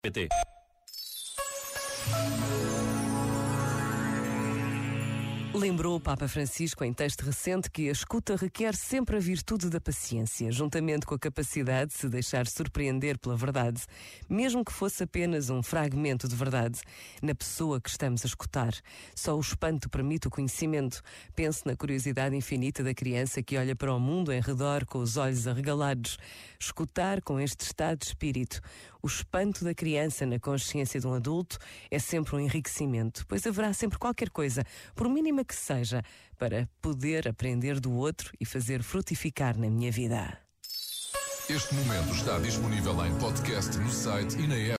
PT. Lembrou o Papa Francisco em texto recente que a escuta requer sempre a virtude da paciência, juntamente com a capacidade de se deixar surpreender pela verdade, mesmo que fosse apenas um fragmento de verdade, na pessoa que estamos a escutar. Só o espanto permite o conhecimento. Pense na curiosidade infinita da criança que olha para o mundo em redor com os olhos arregalados. Escutar com este estado de espírito. O espanto da criança na consciência de um adulto é sempre um enriquecimento, pois haverá sempre qualquer coisa, por mínima que seja, para poder aprender do outro e fazer frutificar na minha vida. Este momento está disponível em podcast no site e na app.